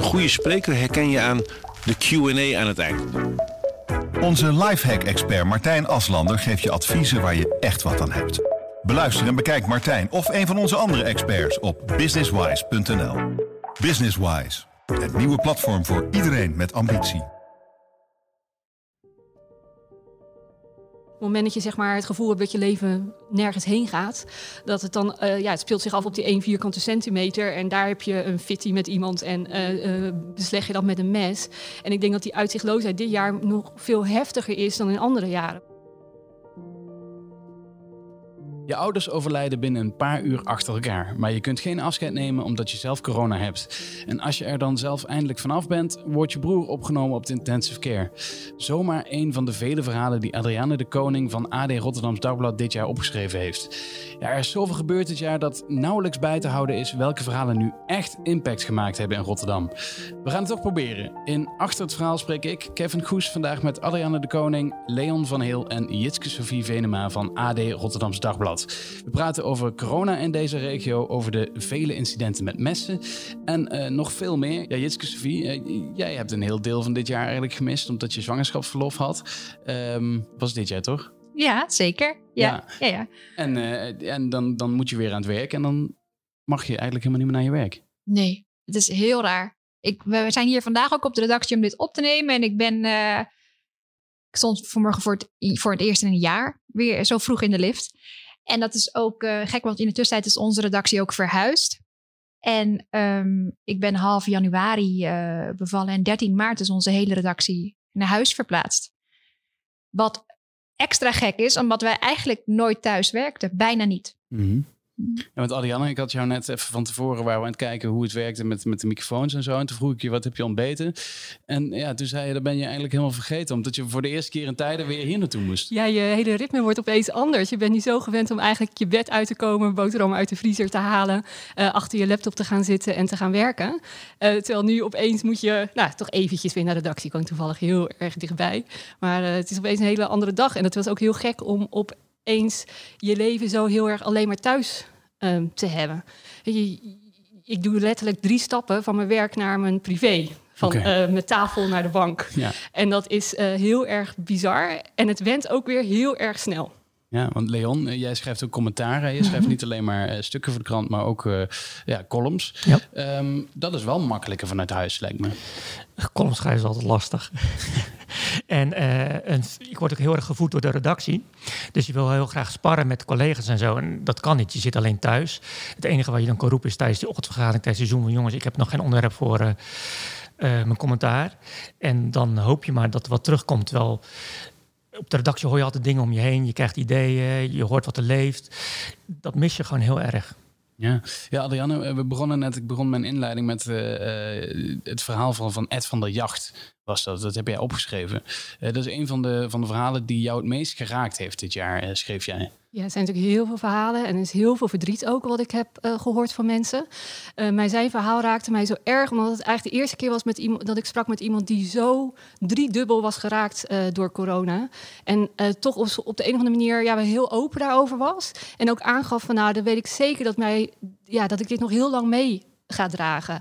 goede spreker herken je aan de Q&A aan het eind. Onze lifehack-expert Martijn Aslander geeft je adviezen waar je echt wat aan hebt. Beluister en bekijk Martijn of een van onze andere experts op businesswise.nl. Businesswise, het nieuwe platform voor iedereen met ambitie. Op het moment dat je zeg maar, het gevoel hebt dat je leven nergens heen gaat, dat het dan, het speelt zich af op die 1 vierkante centimeter en daar heb je een fitty met iemand en besleg je dat met een mes. En ik denk dat die uitzichtloosheid dit jaar nog veel heftiger is dan in andere jaren. Je ouders overlijden binnen een paar uur achter elkaar, maar je kunt geen afscheid nemen omdat je zelf corona hebt. En als je er dan zelf eindelijk vanaf bent, wordt je broer opgenomen op de intensive care. Zomaar een van de vele verhalen die Adriane de Koning van AD Rotterdams Dagblad dit jaar opgeschreven heeft. Ja, er is zoveel gebeurd dit jaar dat nauwelijks bij te houden is welke verhalen nu echt impact gemaakt hebben in Rotterdam. We gaan het toch proberen. In Achter het Verhaal spreek ik, Kevin Goes, vandaag met Adriane de Koning, Leon van Heel en Jitske Sophie Venema van AD Rotterdams Dagblad. We praten over corona in deze regio, over de vele incidenten met messen en nog veel meer. Ja, Jitske Sophie, jij hebt een heel deel van dit jaar eigenlijk gemist omdat je zwangerschapsverlof had. Was dit jaar toch? Ja, zeker. Ja. En dan moet je weer aan het werk en dan mag je eigenlijk helemaal niet meer naar je werk. Nee, het is heel raar. We zijn hier vandaag ook op de redactie om dit op te nemen en ik stond vanmorgen voor het eerst in een jaar weer zo vroeg in de lift. En dat is ook gek, want in de tussentijd is onze redactie ook verhuisd. En ik ben half januari bevallen en 13 maart is onze hele redactie naar huis verplaatst. Wat extra gek is, omdat wij eigenlijk nooit thuis werkten. Bijna niet. Mm-hmm. Ja, want Adriane, ik had jou net even van tevoren waar we aan het kijken hoe het werkte met de microfoons en zo. En toen vroeg ik je, wat heb je ontbeten? En ja, toen zei je, dat ben je eigenlijk helemaal vergeten. Omdat je voor de eerste keer in tijden weer hier naartoe moest. Ja, je hele ritme wordt opeens anders. Je bent niet zo gewend om eigenlijk je bed uit te komen, boterham uit de vriezer te halen, achter je laptop te gaan zitten en te gaan werken. Terwijl nu opeens moet je, toch eventjes weer naar de redactie. Ik woon toevallig heel erg dichtbij. Maar het is opeens een hele andere dag. En het was ook heel gek om opeens je leven zo heel erg alleen maar thuis te hebben. Ik doe letterlijk 3 stappen van mijn werk naar mijn privé. Van mijn tafel naar de bank. Ja. En dat is heel erg bizar. En het went ook weer heel erg snel. Ja, want Leon, jij schrijft ook commentaren. Je schrijft niet alleen maar stukken voor de krant, maar ook columns. Ja. Dat is wel makkelijker vanuit huis, lijkt me. Columns schrijven is altijd lastig. En ik word ook heel erg gevoed door de redactie. Dus je wil heel graag sparren met collega's en zo. En dat kan niet. Je zit alleen thuis. Het enige wat je dan kan roepen is tijdens de ochtendvergadering, tijdens de Zoom, jongens, ik heb nog geen onderwerp voor mijn commentaar. En dan hoop je maar dat er wat terugkomt. Terwijl op de redactie hoor je altijd dingen om je heen. Je krijgt ideeën, je hoort wat er leeft. Dat mis je gewoon heel erg. Ja, Adriane, ik begon mijn inleiding met het verhaal van Ed van der Jacht. Was dat? Dat heb jij opgeschreven. Dat is een van de verhalen die jou het meest geraakt heeft dit jaar, schreef jij. Ja, er zijn natuurlijk heel veel verhalen en er is heel veel verdriet ook wat ik heb gehoord van mensen. Zijn verhaal raakte mij zo erg, omdat het eigenlijk de eerste keer was dat ik sprak met iemand die zo driedubbel was geraakt door corona. En toch op de een of andere manier heel open daarover was. En ook aangaf van dan weet ik zeker dat ik dit nog heel lang mee ga dragen.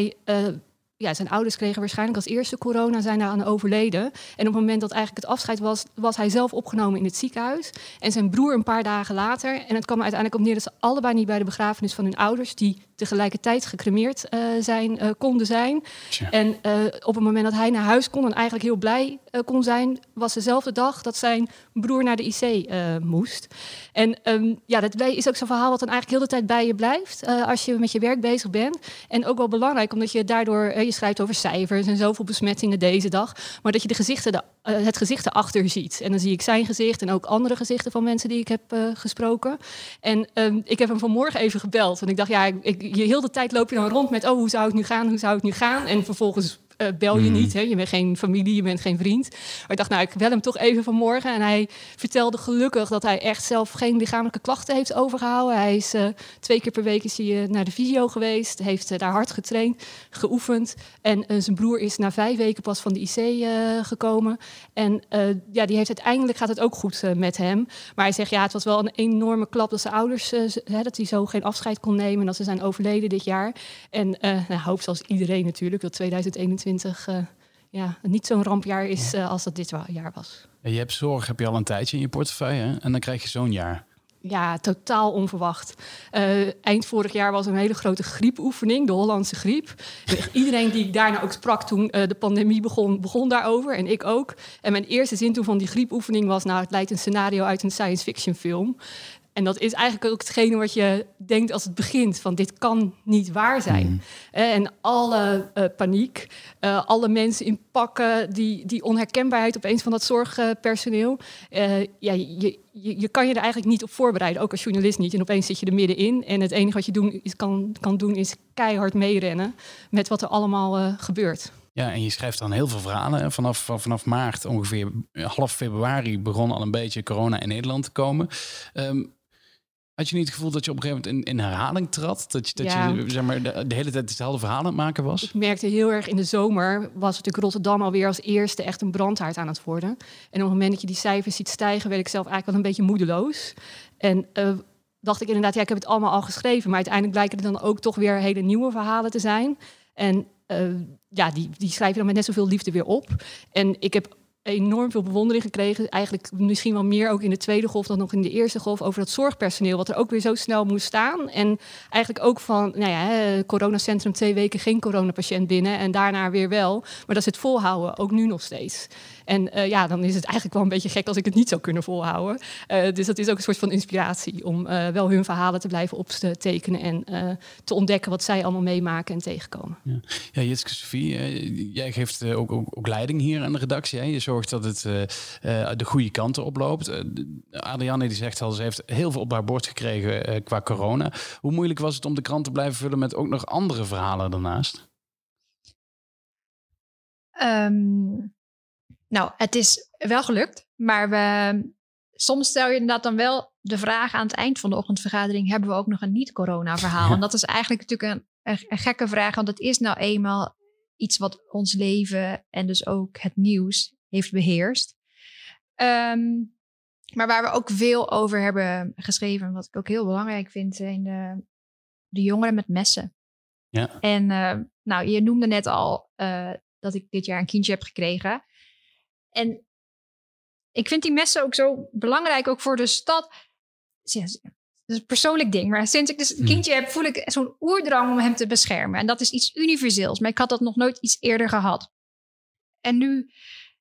Zijn ouders kregen waarschijnlijk als eerste corona, zijn daar aan overleden. En op het moment dat eigenlijk het afscheid was hij zelf opgenomen in het ziekenhuis. En zijn broer een paar dagen later. En het kwam er uiteindelijk op neer dat ze allebei niet bij de begrafenis van hun ouders, die tegelijkertijd gecremeerd konden zijn. Tja. En op het moment dat hij naar huis kon en eigenlijk heel blij kon zijn, was dezelfde dag dat zijn broer naar de IC moest. En dat is ook zo'n verhaal wat dan eigenlijk heel de tijd bij je blijft als je met je werk bezig bent. En ook wel belangrijk, omdat je daardoor, je schrijft over cijfers en zoveel besmettingen deze dag, maar dat je het gezicht erachter ziet. En dan zie ik zijn gezicht en ook andere gezichten van mensen die ik heb gesproken. En ik heb hem vanmorgen even gebeld. Want ik dacht, je heel de tijd loop je dan rond met, hoe zou het nu gaan? En vervolgens bel je niet. Hè? Je bent geen familie, je bent geen vriend. Maar ik dacht, ik bel hem toch even vanmorgen. En hij vertelde gelukkig dat hij echt zelf geen lichamelijke klachten heeft overgehouden. Hij is 2 keer per week is hij, naar de fysio geweest. Heeft daar hard getraind, geoefend. En zijn broer is na 5 weken pas van de IC gekomen. En die heeft uiteindelijk gaat het ook goed met hem. Maar hij zegt, het was wel een enorme klap dat zijn ouders, dat hij zo geen afscheid kon nemen. En dat ze zijn overleden dit jaar. En hoop zoals iedereen natuurlijk dat 2021 niet zo'n rampjaar is als dat dit jaar was. Je hebt zorg, heb je al een tijdje in je portefeuille, hè? En dan krijg je zo'n jaar. Ja, totaal onverwacht. Eind vorig jaar was een hele grote griepoefening, de Hollandse griep. En iedereen die ik daarna ook sprak toen de pandemie begon daarover. En ik ook. En mijn eerste zin toen van die griepoefening was, het lijkt een scenario uit een science fiction film. En dat is eigenlijk ook hetgene wat je denkt als het begint. Van dit kan niet waar zijn. En alle paniek. Alle mensen in pakken. Die onherkenbaarheid opeens van dat zorgpersoneel. Je kan je er eigenlijk niet op voorbereiden. Ook als journalist niet. En opeens zit je er middenin. En het enige wat je kan doen is keihard meerennen. Met wat er allemaal gebeurt. Ja, en je schrijft dan heel veel verhalen. Vanaf maart, ongeveer half februari, begon al een beetje corona in Nederland te komen. Had je niet het gevoel dat je op een gegeven moment in herhaling trad? Dat je zeg maar, de hele tijd hetzelfde verhaal aan het maken was? Ik merkte heel erg in de zomer was natuurlijk Rotterdam alweer als eerste echt een brandhaard aan het worden. En op het moment dat je die cijfers ziet stijgen, werd ik zelf eigenlijk wel een beetje moedeloos. En dacht ik inderdaad, ik heb het allemaal al geschreven. Maar uiteindelijk blijken er dan ook toch weer hele nieuwe verhalen te zijn. En die schrijf je dan met net zoveel liefde weer op. En ik heb enorm veel bewondering gekregen. Eigenlijk misschien wel meer ook in de tweede golf dan nog in de eerste golf over dat zorgpersoneel. Wat er ook weer zo snel moest staan. En eigenlijk ook van, coronacentrum 2 weken geen coronapatiënt binnen. En daarna weer wel. Maar dat is het volhouden, ook nu nog steeds. En dan is het eigenlijk wel een beetje gek als ik het niet zou kunnen volhouden. Dus dat is ook een soort van inspiratie om wel hun verhalen te blijven optekenen en te ontdekken wat zij allemaal meemaken en tegenkomen. Ja, Jitske Sophie, jij geeft ook leiding hier aan de redactie. Hè? Je zorgt dat het de goede kanten oploopt. Adrianne die zegt al, ze heeft heel veel op haar bord gekregen qua corona. Hoe moeilijk was het om de krant te blijven vullen met ook nog andere verhalen daarnaast? Het is wel gelukt, maar soms stel je inderdaad dan wel de vraag aan het eind van de ochtendvergadering, hebben we ook nog een niet-corona-verhaal? Ja. En dat is eigenlijk natuurlijk een gekke vraag, want het is nou eenmaal iets wat ons leven en dus ook het nieuws heeft beheerst. Maar waar we ook veel over hebben geschreven, wat ik ook heel belangrijk vind, zijn de jongeren met messen. Ja. En je noemde net al dat ik dit jaar een kindje heb gekregen. En ik vind die messen ook zo belangrijk, ook voor de stad. Dat is een persoonlijk ding. Maar sinds ik dus een kindje heb, voel ik zo'n oerdrang om hem te beschermen. En dat is iets universeels. Maar ik had dat nog nooit iets eerder gehad. En nu,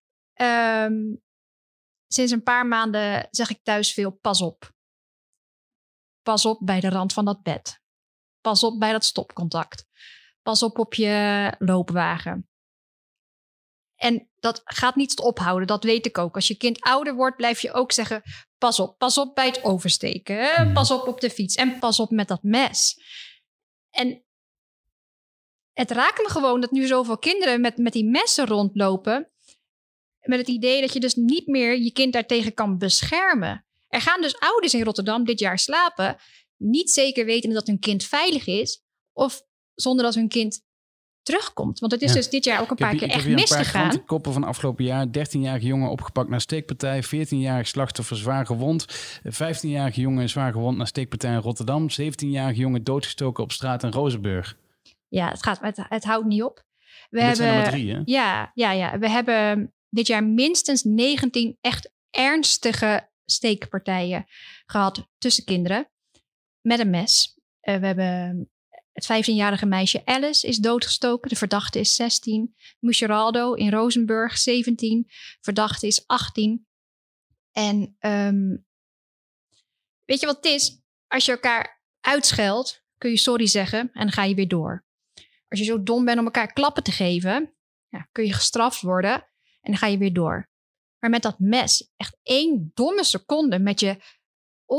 sinds een paar maanden zeg ik thuis veel, pas op. Pas op bij de rand van dat bed. Pas op bij dat stopcontact. Pas op je loopwagen. En dat gaat niet ophouden, dat weet ik ook. Als je kind ouder wordt, blijf je ook zeggen, pas op bij het oversteken. Pas op de fiets en pas op met dat mes. En het raakt me gewoon dat nu zoveel kinderen met die messen rondlopen, met het idee dat je dus niet meer je kind daartegen kan beschermen. Er gaan dus ouders in Rotterdam dit jaar slapen, niet zeker weten dat hun kind veilig is, of zonder dat hun kind terugkomt. Want het is dus dit jaar ook een paar keer echt misgegaan. Ik heb een paar koppen van afgelopen jaar. 13-jarige jongen opgepakt naar steekpartij. 14-jarig slachtoffer zwaar gewond. 15-jarige jongen zwaar gewond naar steekpartij in Rotterdam. 17-jarige jongen doodgestoken op straat in Rozenburg. Ja, het houdt niet op. Zijn er maar 3, hè? Ja. We hebben dit jaar minstens 19 echt ernstige steekpartijen gehad tussen kinderen met een mes. We hebben het 15-jarige meisje Alice is doodgestoken. De verdachte is 16. Muscheraldo in Rozenburg 17. Verdachte is 18. En weet je wat het is? Als je elkaar uitscheldt, kun je sorry zeggen en dan ga je weer door. Als je zo dom bent om elkaar klappen te geven, kun je gestraft worden en dan ga je weer door. Maar met dat mes, echt 1 domme seconde met je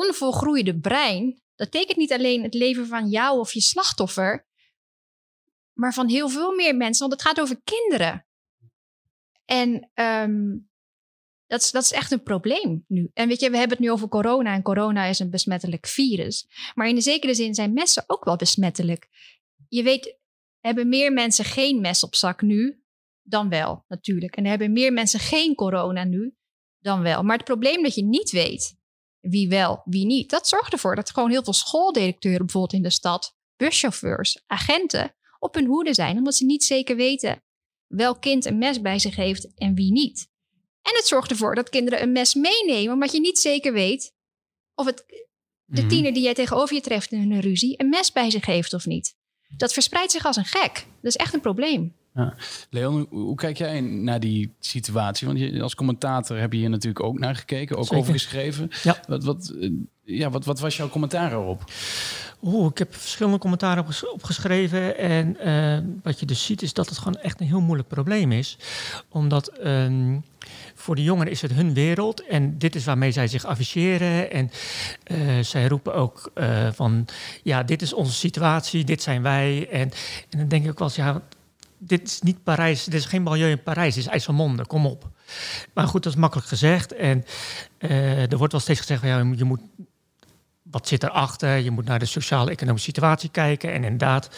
onvolgroeide brein, dat tekent niet alleen het leven van jou of je slachtoffer, maar van heel veel meer mensen. Want het gaat over kinderen. En dat is echt een probleem nu. En weet je, we hebben het nu over corona. En corona is een besmettelijk virus. Maar in de zekere zin zijn messen ook wel besmettelijk. Je weet, hebben meer mensen geen mes op zak nu dan wel, natuurlijk. En er hebben meer mensen geen corona nu dan wel. Maar het probleem dat je niet weet wie wel, wie niet, dat zorgt ervoor dat gewoon heel veel schooldirecteuren bijvoorbeeld in de stad, buschauffeurs, agenten op hun hoede zijn, omdat ze niet zeker weten welk kind een mes bij zich heeft en wie niet. En het zorgt ervoor dat kinderen een mes meenemen, omdat je niet zeker weet of de tiener die jij tegenover je treft in een ruzie een mes bij zich heeft of niet. Dat verspreidt zich als een gek. Dat is echt een probleem. Ja. Leon, hoe kijk jij naar die situatie? Want als commentator heb je hier natuurlijk ook naar gekeken, ook over geschreven. Ja. Wat was jouw commentaar erop? Ik heb verschillende commentaren opgeschreven. En wat je dus ziet is dat het gewoon echt een heel moeilijk probleem is. Omdat voor de jongeren is het hun wereld. En dit is waarmee zij zich afficheren. En zij roepen ook van, ja, dit is onze situatie, dit zijn wij. En dan denk ik ook wel eens, ja, dit is niet Parijs, dit is geen milieu in Parijs, dit is IJsselmonde, kom op. Maar goed, dat is makkelijk gezegd. En er wordt wel steeds gezegd, ja, je moet, wat zit erachter? Je moet naar de sociaal-economische situatie kijken. En inderdaad,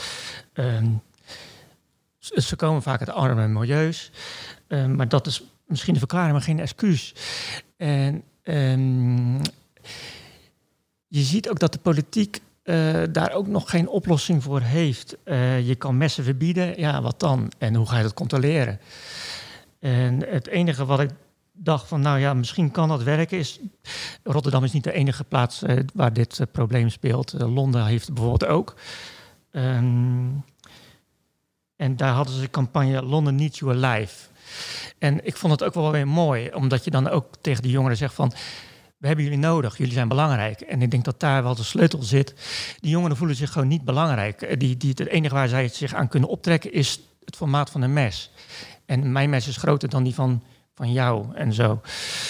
ze komen vaak uit arme milieus. Maar dat is misschien een verklaring, maar geen excuus. En je ziet ook dat de politiek daar ook nog geen oplossing voor heeft. Je kan messen verbieden, ja, wat dan? En hoe ga je dat controleren? En het enige wat ik dacht van, nou ja, misschien kan dat werken is, Rotterdam is niet de enige plaats waar dit probleem speelt. Londen heeft het bijvoorbeeld ook. En daar hadden ze de campagne London Needs You Alive. En ik vond het ook wel weer mooi, omdat je dan ook tegen die jongeren zegt van, we hebben jullie nodig, jullie zijn belangrijk. En ik denk dat daar wel de sleutel zit. Die jongeren voelen zich gewoon niet belangrijk. Het enige waar zij zich aan kunnen optrekken is het formaat van een mes. En mijn mes is groter dan die van jou en zo.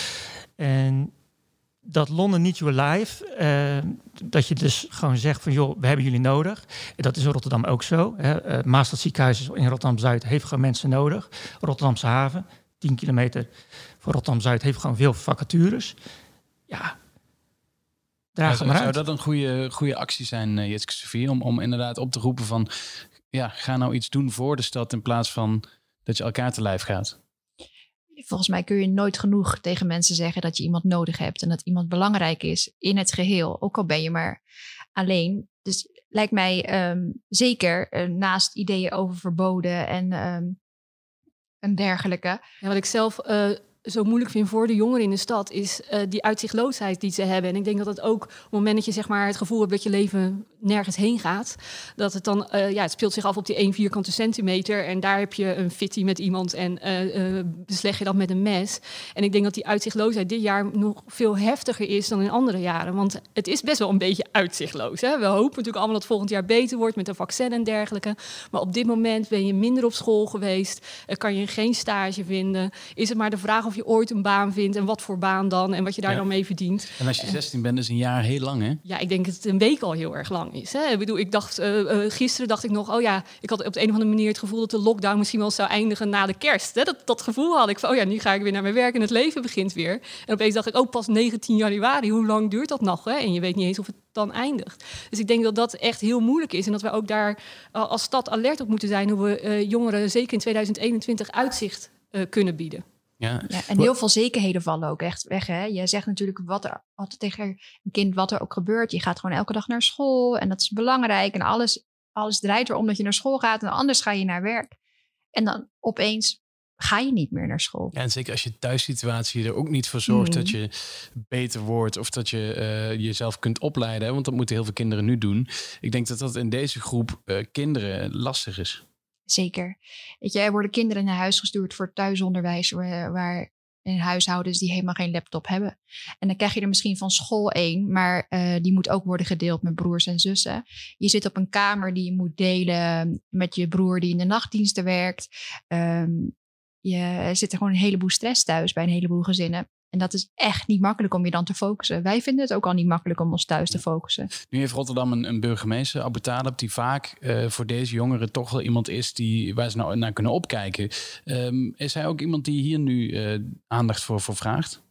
En dat London Needs You Alive, dat je dus gewoon zegt van, joh, we hebben jullie nodig. En dat is in Rotterdam ook zo. Maastad ziekenhuis in Rotterdam-Zuid heeft gewoon mensen nodig. Rotterdamse haven, 10 kilometer voor Rotterdam-Zuid, heeft gewoon veel vacatures. Ja, draag het maar uit. Zou dat een goede actie zijn, Jitske Sophie, om inderdaad op te roepen van, ja, ga nou iets doen voor de stad in plaats van dat je elkaar te lijf gaat? Volgens mij kun je nooit genoeg tegen mensen zeggen dat je iemand nodig hebt en dat iemand belangrijk is in het geheel, ook al ben je maar alleen. Dus lijkt mij zeker naast ideeën over verboden en dergelijke. Ja, wat ik zelf zo moeilijk vind voor de jongeren in de stad is die uitzichtloosheid die ze hebben. En ik denk dat het ook op het moment dat je zeg maar het gevoel hebt dat je leven nergens heen gaat, dat het dan het speelt zich af op die 1 vierkante centimeter en daar heb je een fitty met iemand en besleg je dat met een mes. En ik denk dat die uitzichtloosheid dit jaar nog veel heftiger is dan in andere jaren, want het is best wel een beetje uitzichtloos. Hè? We hopen natuurlijk allemaal dat het volgend jaar beter wordt met een vaccin en dergelijke, maar op dit moment ben je minder op school geweest, kan je geen stage vinden, is het maar de vraag of je ooit een baan vindt en wat voor baan dan en wat je daar dan mee verdient. En als je 16 bent, is een jaar heel lang, hè? Ja, ik denk dat het een week al heel erg lang is. Hè? Ik bedoel, ik dacht gisteren dacht ik nog, ik had op de een of andere manier het gevoel dat de lockdown misschien wel zou eindigen na de kerst. Hè? Dat gevoel had ik van, nu ga ik weer naar mijn werk en het leven begint weer. En opeens dacht ik, pas 19 januari, hoe lang duurt dat nog? Hè? En je weet niet eens of het dan eindigt. Dus ik denk dat dat echt heel moeilijk is en dat we ook daar als stad alert op moeten zijn hoe we jongeren zeker in 2021 uitzicht kunnen bieden. Ja, en heel veel zekerheden vallen ook echt weg. Hè? Je zegt natuurlijk altijd tegen een kind wat er ook gebeurt. Je gaat gewoon elke dag naar school en dat is belangrijk. En alles draait erom dat je naar school gaat en anders ga je naar werk. En dan opeens ga je niet meer naar school. Ja, en zeker als je thuissituatie er ook niet voor zorgt dat je beter wordt of dat je jezelf kunt opleiden. Hè? Want dat moeten heel veel kinderen nu doen. Ik denk dat dat in deze groep kinderen lastig is. Zeker. Weet je, er worden kinderen naar huis gestuurd voor thuisonderwijs waar in huishoudens die helemaal geen laptop hebben. En dan krijg je er misschien van school 1, maar die moet ook worden gedeeld met broers en zussen. Je zit op een kamer die je moet delen met je broer die in de nachtdiensten werkt. Je zit er gewoon een heleboel stress thuis bij een heleboel gezinnen. En dat is echt niet makkelijk om je dan te focussen. Wij vinden het ook al niet makkelijk om ons thuis te focussen. Nu heeft Rotterdam een burgemeester, Abu Taleb, die vaak voor deze jongeren toch wel iemand is waar ze nou naar kunnen opkijken. Is hij ook iemand die hier nu aandacht voor vraagt?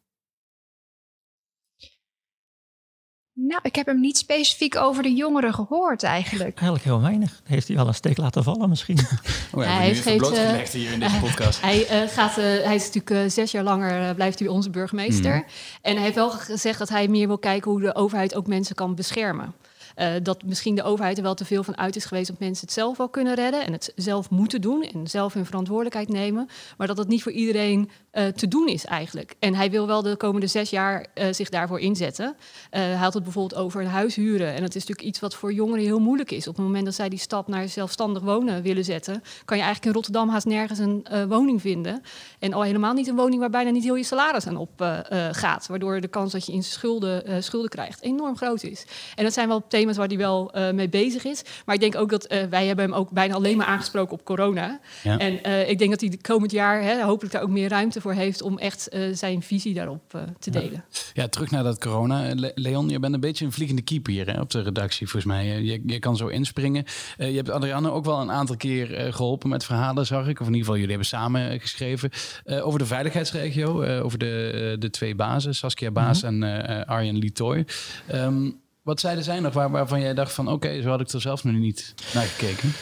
Nou, ik heb hem niet specifiek over de jongeren gehoord eigenlijk. Eigenlijk heel weinig. Heeft hij wel een steek laten vallen misschien? Hij heeft blootgelegd hier in deze podcast. Hij is natuurlijk 6 jaar langer blijft hij onze burgemeester. En hij heeft wel gezegd dat hij meer wil kijken hoe de overheid ook mensen kan beschermen. Dat misschien de overheid er wel te veel van uit is geweest dat mensen het zelf wel kunnen redden en het zelf moeten doen en zelf hun verantwoordelijkheid nemen, maar dat het niet voor iedereen te doen is eigenlijk. En hij wil wel de komende 6 jaar zich daarvoor inzetten. Hij had het bijvoorbeeld over een huis huren en dat is natuurlijk iets wat voor jongeren heel moeilijk is. Op het moment dat zij die stap naar zelfstandig wonen willen zetten, kan je eigenlijk in Rotterdam haast nergens een woning vinden. En al helemaal niet een woning waar bijna niet heel je salaris aan op gaat, waardoor de kans dat je in schulden krijgt enorm groot is. En dat zijn wel thema's waar hij wel mee bezig is. Maar ik denk ook dat wij hebben hem ook bijna alleen maar aangesproken op corona. Ja. En ik denk dat hij de komend jaar hopelijk daar ook meer ruimte voor heeft om echt zijn visie daarop te delen. Ja, terug naar dat corona. Leon, je bent een beetje een vliegende keeper hier op de redactie volgens mij. Je kan zo inspringen. Je hebt Adrianne ook wel een aantal keer geholpen met verhalen, zag ik. Of in ieder geval, jullie hebben samen geschreven over de veiligheidsregio. Over de 2 bazen, Saskia Baas en Arjen Litoy. Wat zeiden zij nog waarvan jij dacht van oké, zo had ik er zelf nog niet naar gekeken?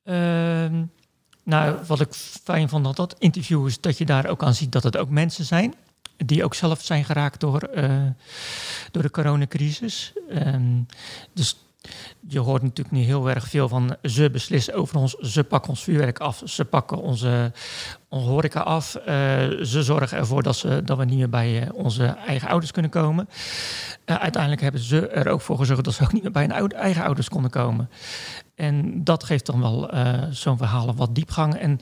Nou, wat ik fijn vond aan dat interview is dat je daar ook aan ziet dat het ook mensen zijn die ook zelf zijn geraakt door de coronacrisis. Dus je hoort natuurlijk niet heel erg veel van ze beslissen over ons, ze pakken ons vuurwerk af, ze pakken onze horeca af, ze zorgen ervoor dat we niet meer bij onze eigen ouders kunnen komen. Uiteindelijk hebben ze er ook voor gezorgd dat ze ook niet meer bij hun eigen ouders konden komen. En dat geeft dan wel zo'n verhaal wat diepgang. En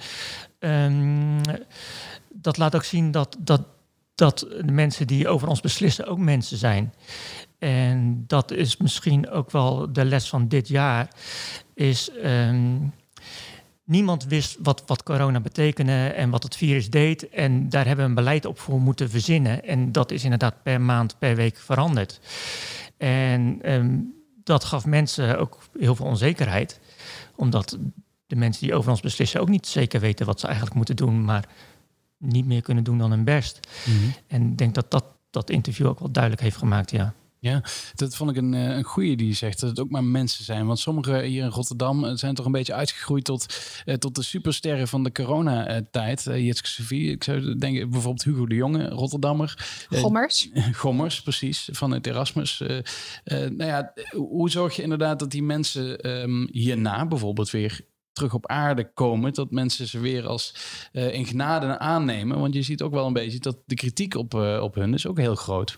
dat laat ook zien dat de mensen die over ons beslissen ook mensen zijn. En dat is misschien ook wel de les van dit jaar. Is niemand wist wat corona betekende en wat het virus deed. En daar hebben we een beleid op voor moeten verzinnen. En dat is inderdaad per maand, per week veranderd. En dat gaf mensen ook heel veel onzekerheid. Omdat de mensen die over ons beslissen ook niet zeker weten wat ze eigenlijk moeten doen, maar niet meer kunnen doen dan hun best. Mm-hmm. En ik denk dat interview ook wel duidelijk heeft gemaakt, ja. Ja, dat vond ik een goeie die zegt dat het ook maar mensen zijn. Want sommigen hier in Rotterdam zijn toch een beetje uitgegroeid tot de supersterren van de coronatijd. Jitske Sophie, ik zou denken bijvoorbeeld Hugo de Jonge, Rotterdammer. Gommers, precies, vanuit Erasmus. Hoe zorg je inderdaad dat die mensen hierna bijvoorbeeld weer terug op aarde komen, dat mensen ze weer als in genade aannemen? Want je ziet ook wel een beetje dat de kritiek op hun is ook heel groot.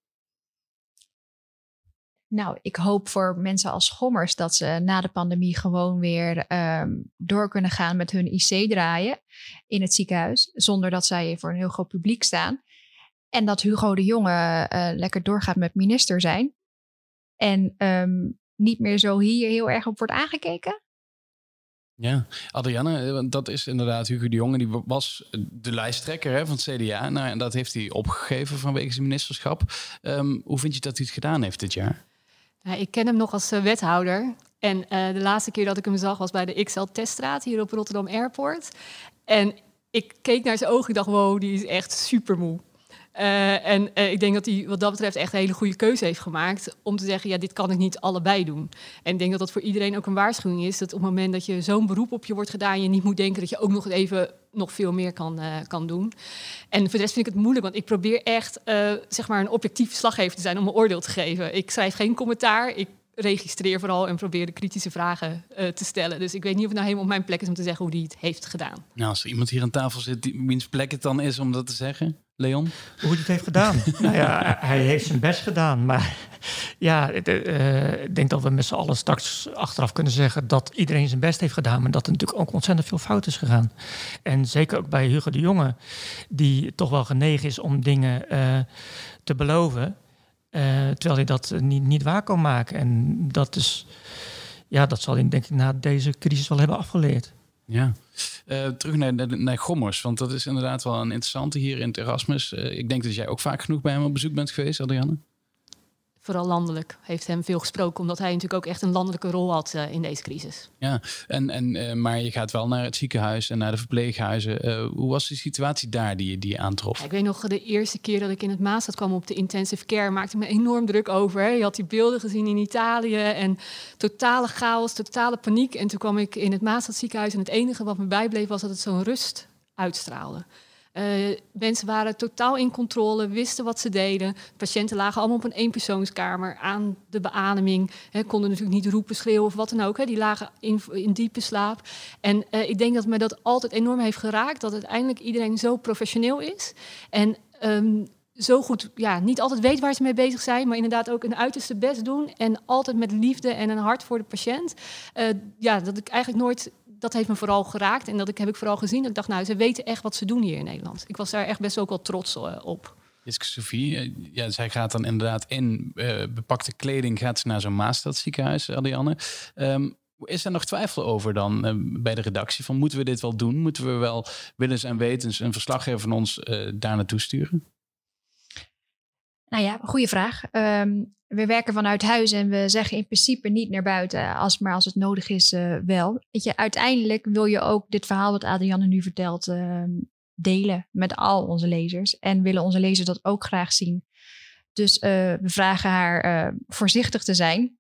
Nou, ik hoop voor mensen als Gommers dat ze na de pandemie gewoon weer door kunnen gaan met hun IC draaien in het ziekenhuis, zonder dat zij voor een heel groot publiek staan. En dat Hugo de Jonge lekker doorgaat met minister zijn. En niet meer zo hier heel erg op wordt aangekeken. Ja, Adrianne, dat is inderdaad Hugo de Jonge. Die was de lijsttrekker van het CDA. Nou, en dat heeft hij opgegeven vanwege zijn ministerschap. Hoe vind je dat hij het gedaan heeft dit jaar? Nou, ik ken hem nog als wethouder. En de laatste keer dat ik hem zag was bij de XL-teststraat hier op Rotterdam Airport. En ik keek naar zijn ogen en dacht, wow, die is echt supermoe. Ik denk dat hij wat dat betreft echt een hele goede keuze heeft gemaakt om te zeggen, ja, dit kan ik niet allebei doen. En ik denk dat dat voor iedereen ook een waarschuwing is, dat op het moment dat je zo'n beroep op je wordt gedaan, je niet moet denken dat je ook nog even nog veel meer kan doen. En voor de rest vind ik het moeilijk, want ik probeer echt zeg maar een objectief verslaggever te zijn om een oordeel te geven. Ik schrijf geen commentaar, ik registreer vooral en probeer de kritische vragen te stellen. Dus ik weet niet of het nou helemaal op mijn plek is om te zeggen hoe hij het heeft gedaan. Nou, als er iemand hier aan tafel zit wiens plek het dan is om dat te zeggen, Leon? Hoe hij het heeft gedaan? Nou ja, hij heeft zijn best gedaan. Maar ja, ik denk dat we met z'n allen straks achteraf kunnen zeggen dat iedereen zijn best heeft gedaan, maar dat er natuurlijk ook ontzettend veel fout is gegaan. En zeker ook bij Hugo de Jonge, die toch wel genegen is om dingen te beloven, terwijl hij dat niet waar kan maken. En dat is, ja, dat zal hij denk ik na deze crisis wel hebben afgeleerd. Ja. Terug naar Gommers, want dat is inderdaad wel een interessante hier in het Erasmus. Ik denk dat jij ook vaak genoeg bij hem op bezoek bent geweest, Adrianne. Vooral landelijk heeft hem veel gesproken, omdat hij natuurlijk ook echt een landelijke rol had in deze crisis. Ja, maar je gaat wel naar het ziekenhuis en naar de verpleeghuizen. Hoe was de situatie daar die je aantrof? Ja, ik weet nog, de eerste keer dat ik in het Maastad kwam op de intensive care, maakte me enorm druk over. Hè. Je had die beelden gezien in Italië en totale chaos, totale paniek. En toen kwam ik in het Maastad ziekenhuis en het enige wat me bijbleef was dat het zo'n rust uitstraalde. Mensen waren totaal in controle, wisten wat ze deden. Patiënten lagen allemaal op een eenpersoonskamer aan de beademing. Konden natuurlijk niet roepen, schreeuwen of wat dan ook. Die lagen in diepe slaap. En ik denk dat me dat altijd enorm heeft geraakt. Dat uiteindelijk iedereen zo professioneel is. En zo goed, niet altijd weet waar ze mee bezig zijn, maar inderdaad ook een uiterste best doen. En altijd met liefde en een hart voor de patiënt. Dat ik eigenlijk nooit... Dat heeft me vooral geraakt en heb ik vooral gezien. Dat ik dacht, ze weten echt wat ze doen hier in Nederland. Ik was daar echt best ook wel trots op. Jiske Sophie, zij gaat dan inderdaad in bepakte kleding gaat ze naar zo'n Maastad ziekenhuis, Adrianne. Is er nog twijfel over dan bij de redactie? Van moeten we dit wel doen? Moeten we wel willens en wetens een verslaggever van ons daar naartoe sturen? Nou ja, goede vraag. We werken vanuit huis en we zeggen in principe niet naar buiten, maar als het nodig is wel. Weet je, uiteindelijk wil je ook dit verhaal wat Adrianne nu vertelt delen met al onze lezers. En willen onze lezers dat ook graag zien. Dus we vragen haar voorzichtig te zijn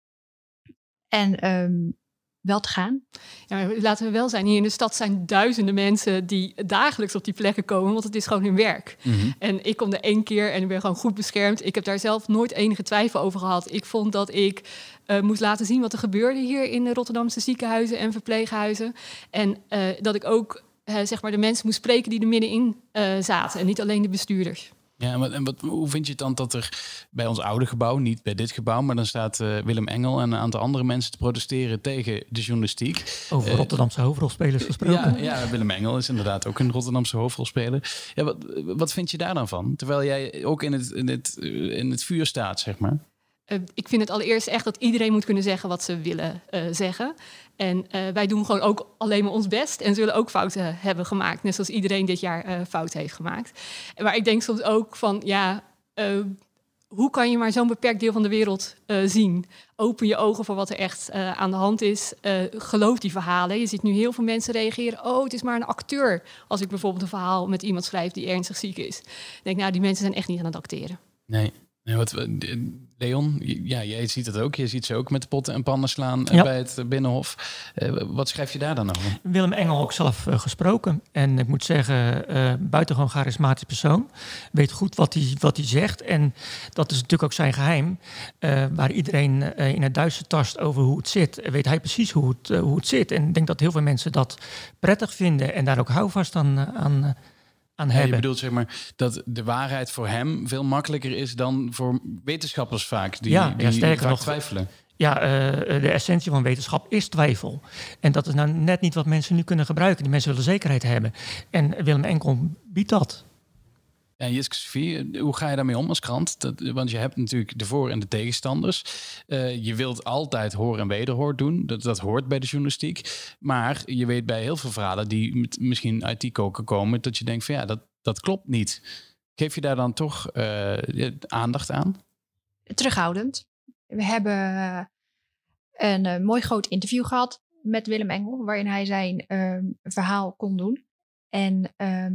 en wel te gaan. Ja, laten we wel zijn, hier in de stad zijn duizenden mensen die dagelijks op die plekken komen, want het is gewoon hun werk. Mm-hmm. En ik kom er 1 keer en ik ben gewoon goed beschermd. Ik heb daar zelf nooit enige twijfel over gehad. Ik vond dat ik moest laten zien wat er gebeurde hier in de Rotterdamse ziekenhuizen en verpleeghuizen. En dat ik ook de mensen moest spreken die er middenin zaten en niet alleen de bestuurders. Ja, hoe vind je het dan dat er bij ons oude gebouw, niet bij dit gebouw, maar dan staat Willem Engel en een aantal andere mensen te protesteren tegen de journalistiek. Over Rotterdamse hoofdrolspelers gesproken. Ja, Willem Engel is inderdaad ook een Rotterdamse hoofdrolspeler. Ja, wat vind je daar dan van? Terwijl jij ook in het vuur staat, zeg maar. Ik vind het allereerst echt dat iedereen moet kunnen zeggen wat ze willen zeggen. En wij doen gewoon ook alleen maar ons best en zullen ook fouten hebben gemaakt. Net zoals iedereen dit jaar fouten heeft gemaakt. Maar ik denk soms ook van, hoe kan je maar zo'n beperkt deel van de wereld zien? Open je ogen voor wat er echt aan de hand is. Geloof die verhalen. Je ziet nu heel veel mensen reageren. Oh, het is maar een acteur. Als ik bijvoorbeeld een verhaal met iemand schrijf die ernstig ziek is. Ik denk, die mensen zijn echt niet aan het acteren. Nee. Leon, jij ziet het ook. Je ziet ze ook met de potten en pannen slaan bij het Binnenhof. Wat schrijf je daar dan over? Willem Engel ook zelf gesproken. En ik moet zeggen, buitengewoon charismatisch persoon. Weet goed wat hij zegt. En dat is natuurlijk ook zijn geheim. Waar iedereen in het duister tast over hoe het zit, weet hij precies hoe het zit. En ik denk dat heel veel mensen dat prettig vinden en daar ook houvast aan hebben. Je bedoelt zeg maar dat de waarheid voor hem veel makkelijker is dan voor wetenschappers vaak die vaak nog twijfelen. Ja, de essentie van wetenschap is twijfel. En dat is nou net niet wat mensen nu kunnen gebruiken. Die mensen willen zekerheid hebben. En Willem Engel biedt dat. En Jiske Sophie, hoe ga je daarmee om als krant? Want je hebt natuurlijk de voor- en de tegenstanders. Je wilt altijd hoor en wederhoor doen. Dat hoort bij de journalistiek. Maar je weet bij heel veel verhalen die misschien uit die koker komen, dat je denkt van dat klopt niet. Geef je daar dan toch aandacht aan? Terughoudend. We hebben een mooi groot interview gehad met Willem Engel, waarin hij zijn verhaal kon doen. En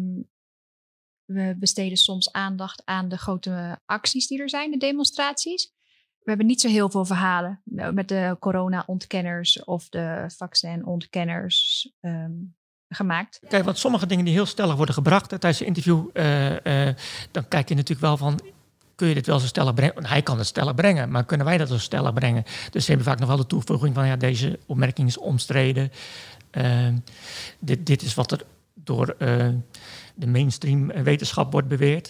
we besteden soms aandacht aan de grote acties die er zijn, de demonstraties. We hebben niet zo heel veel verhalen met de corona-ontkenners of de vaccin-ontkenners gemaakt. Kijk, want sommige dingen die heel stellig worden gebracht tijdens het interview, dan kijk je natuurlijk wel van, kun je dit wel zo stellig brengen? Hij kan het stellig brengen, maar kunnen wij dat zo stellig brengen? Dus ze hebben vaak nog wel de toevoeging van, deze opmerking is omstreden. Dit is wat er door de mainstream wetenschap wordt beweerd.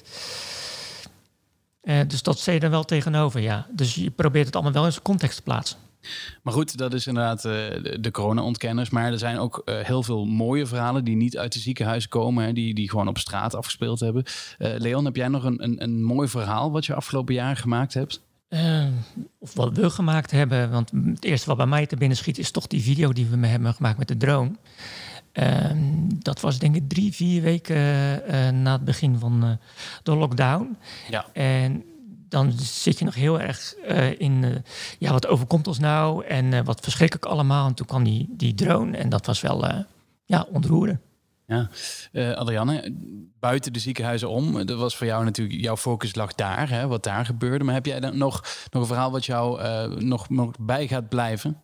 Dus dat zet je er wel tegenover, ja. Dus je probeert het allemaal wel in zijn context te plaatsen. Maar goed, dat is inderdaad de corona-ontkenners. Maar er zijn ook heel veel mooie verhalen die niet uit de ziekenhuizen komen. Hè, die gewoon op straat afgespeeld hebben. Leon, heb jij nog een mooi verhaal wat je afgelopen jaar gemaakt hebt? Of wat we gemaakt hebben. Want het eerste wat bij mij te binnen schiet is toch die video die we hebben gemaakt met de drone. dat was denk ik 3-4 weken na het begin van de lockdown. Ja. En dan zit je nog heel erg in... wat overkomt ons nou? En wat verschrikkelijk allemaal. En toen kwam die drone en dat was wel ontroerend. Ja, Adrianne, buiten de ziekenhuizen om, dat was voor jou natuurlijk, jouw focus lag daar, hè, wat daar gebeurde. Maar heb jij dan nog een verhaal wat jou nog bij gaat blijven?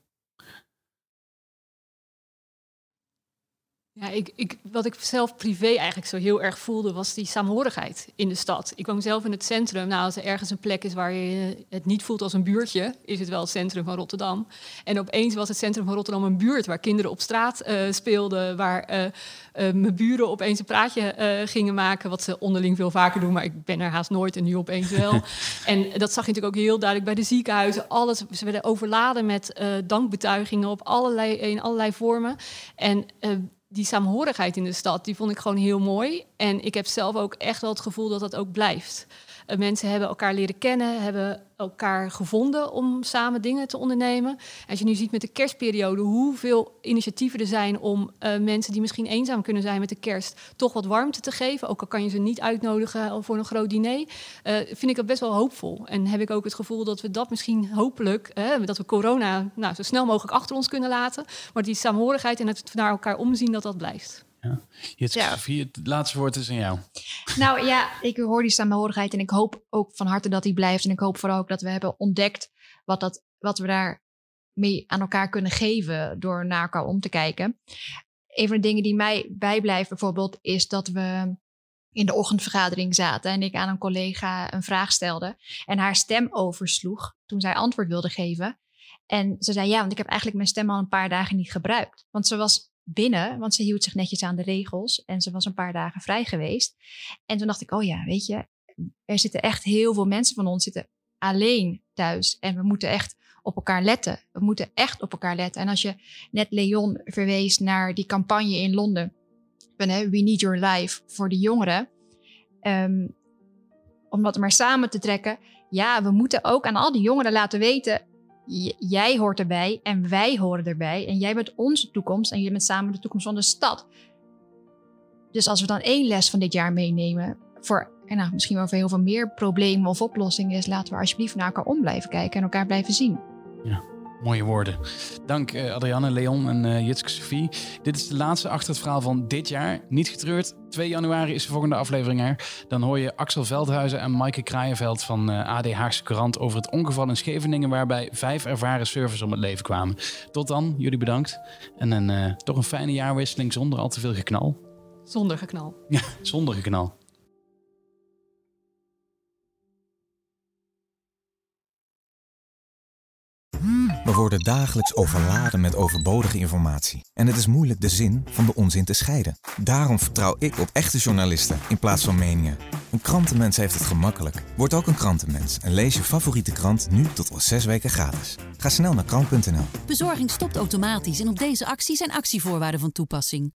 Ja, wat ik zelf privé eigenlijk zo heel erg voelde, was die saamhorigheid in de stad. Ik woon zelf in het centrum. Nou, als er ergens een plek is waar je het niet voelt als een buurtje, is het wel het centrum van Rotterdam. En opeens was het centrum van Rotterdam een buurt waar kinderen op straat speelden, waar mijn buren opeens een praatje gingen maken, wat ze onderling veel vaker doen, maar ik ben er haast nooit en nu opeens wel. En dat zag je natuurlijk ook heel duidelijk bij de ziekenhuizen. Ze werden overladen met dankbetuigingen in allerlei vormen. En die saamhorigheid in de stad, die vond ik gewoon heel mooi. En ik heb zelf ook echt wel het gevoel dat dat ook blijft. Mensen hebben elkaar leren kennen, hebben elkaar gevonden om samen dingen te ondernemen. Als je nu ziet met de kerstperiode hoeveel initiatieven er zijn om mensen die misschien eenzaam kunnen zijn met de kerst toch wat warmte te geven. Ook al kan je ze niet uitnodigen voor een groot diner. Vind ik dat best wel hoopvol. En heb ik ook het gevoel dat we dat misschien hopelijk, dat we corona zo snel mogelijk achter ons kunnen laten. Maar die saamhorigheid en het naar elkaar omzien, dat dat blijft. Sofie, het laatste woord is aan jou. Nou ja, ik hoor die samenhorigheid en ik hoop ook van harte dat die blijft. En ik hoop vooral ook dat we hebben ontdekt wat we daar mee aan elkaar kunnen geven door naar elkaar om te kijken. Een van de dingen die mij bijblijft bijvoorbeeld is dat we in de ochtendvergadering zaten en ik aan een collega een vraag stelde en haar stem oversloeg toen zij antwoord wilde geven. En ze zei want ik heb eigenlijk mijn stem al een paar dagen niet gebruikt. Want ze was binnen, want ze hield zich netjes aan de regels en ze was een paar dagen vrij geweest. En toen dacht ik, weet je, er zitten echt heel veel mensen van ons zitten alleen thuis en we moeten echt op elkaar letten. We moeten echt op elkaar letten. En als je net Leon verwees naar die campagne in Londen van We Need Your Life voor de jongeren, om dat maar samen te trekken. Ja, we moeten ook aan al die jongeren laten weten, jij hoort erbij en wij horen erbij. En jij bent onze toekomst en je bent samen de toekomst van de stad. Dus als we dan 1 les van dit jaar meenemen voor misschien wel voor heel veel meer problemen of oplossingen is, laten we alsjeblieft naar elkaar om blijven kijken en elkaar blijven zien. Ja, mooie woorden. Dank Adrianne, Leon en Jitske Sofie. Dit is de laatste achter het verhaal van dit jaar. Niet getreurd, 2 januari is de volgende aflevering er. Dan hoor je Axel Veldhuizen en Maaike Kraaienveld van AD Haagse Courant over het ongeval in Scheveningen waarbij 5 ervaren surfers om het leven kwamen. Tot dan, jullie bedankt. En toch een fijne jaarwisseling zonder al te veel geknal. Zonder geknal. Ja, zonder geknal. We worden dagelijks overladen met overbodige informatie. En het is moeilijk de zin van de onzin te scheiden. Daarom vertrouw ik op echte journalisten in plaats van meningen. Een krantenmens heeft het gemakkelijk. Word ook een krantenmens en lees je favoriete krant nu tot al 6 weken gratis. Ga snel naar krant.nl. Bezorging stopt automatisch en op deze actie zijn actievoorwaarden van toepassing.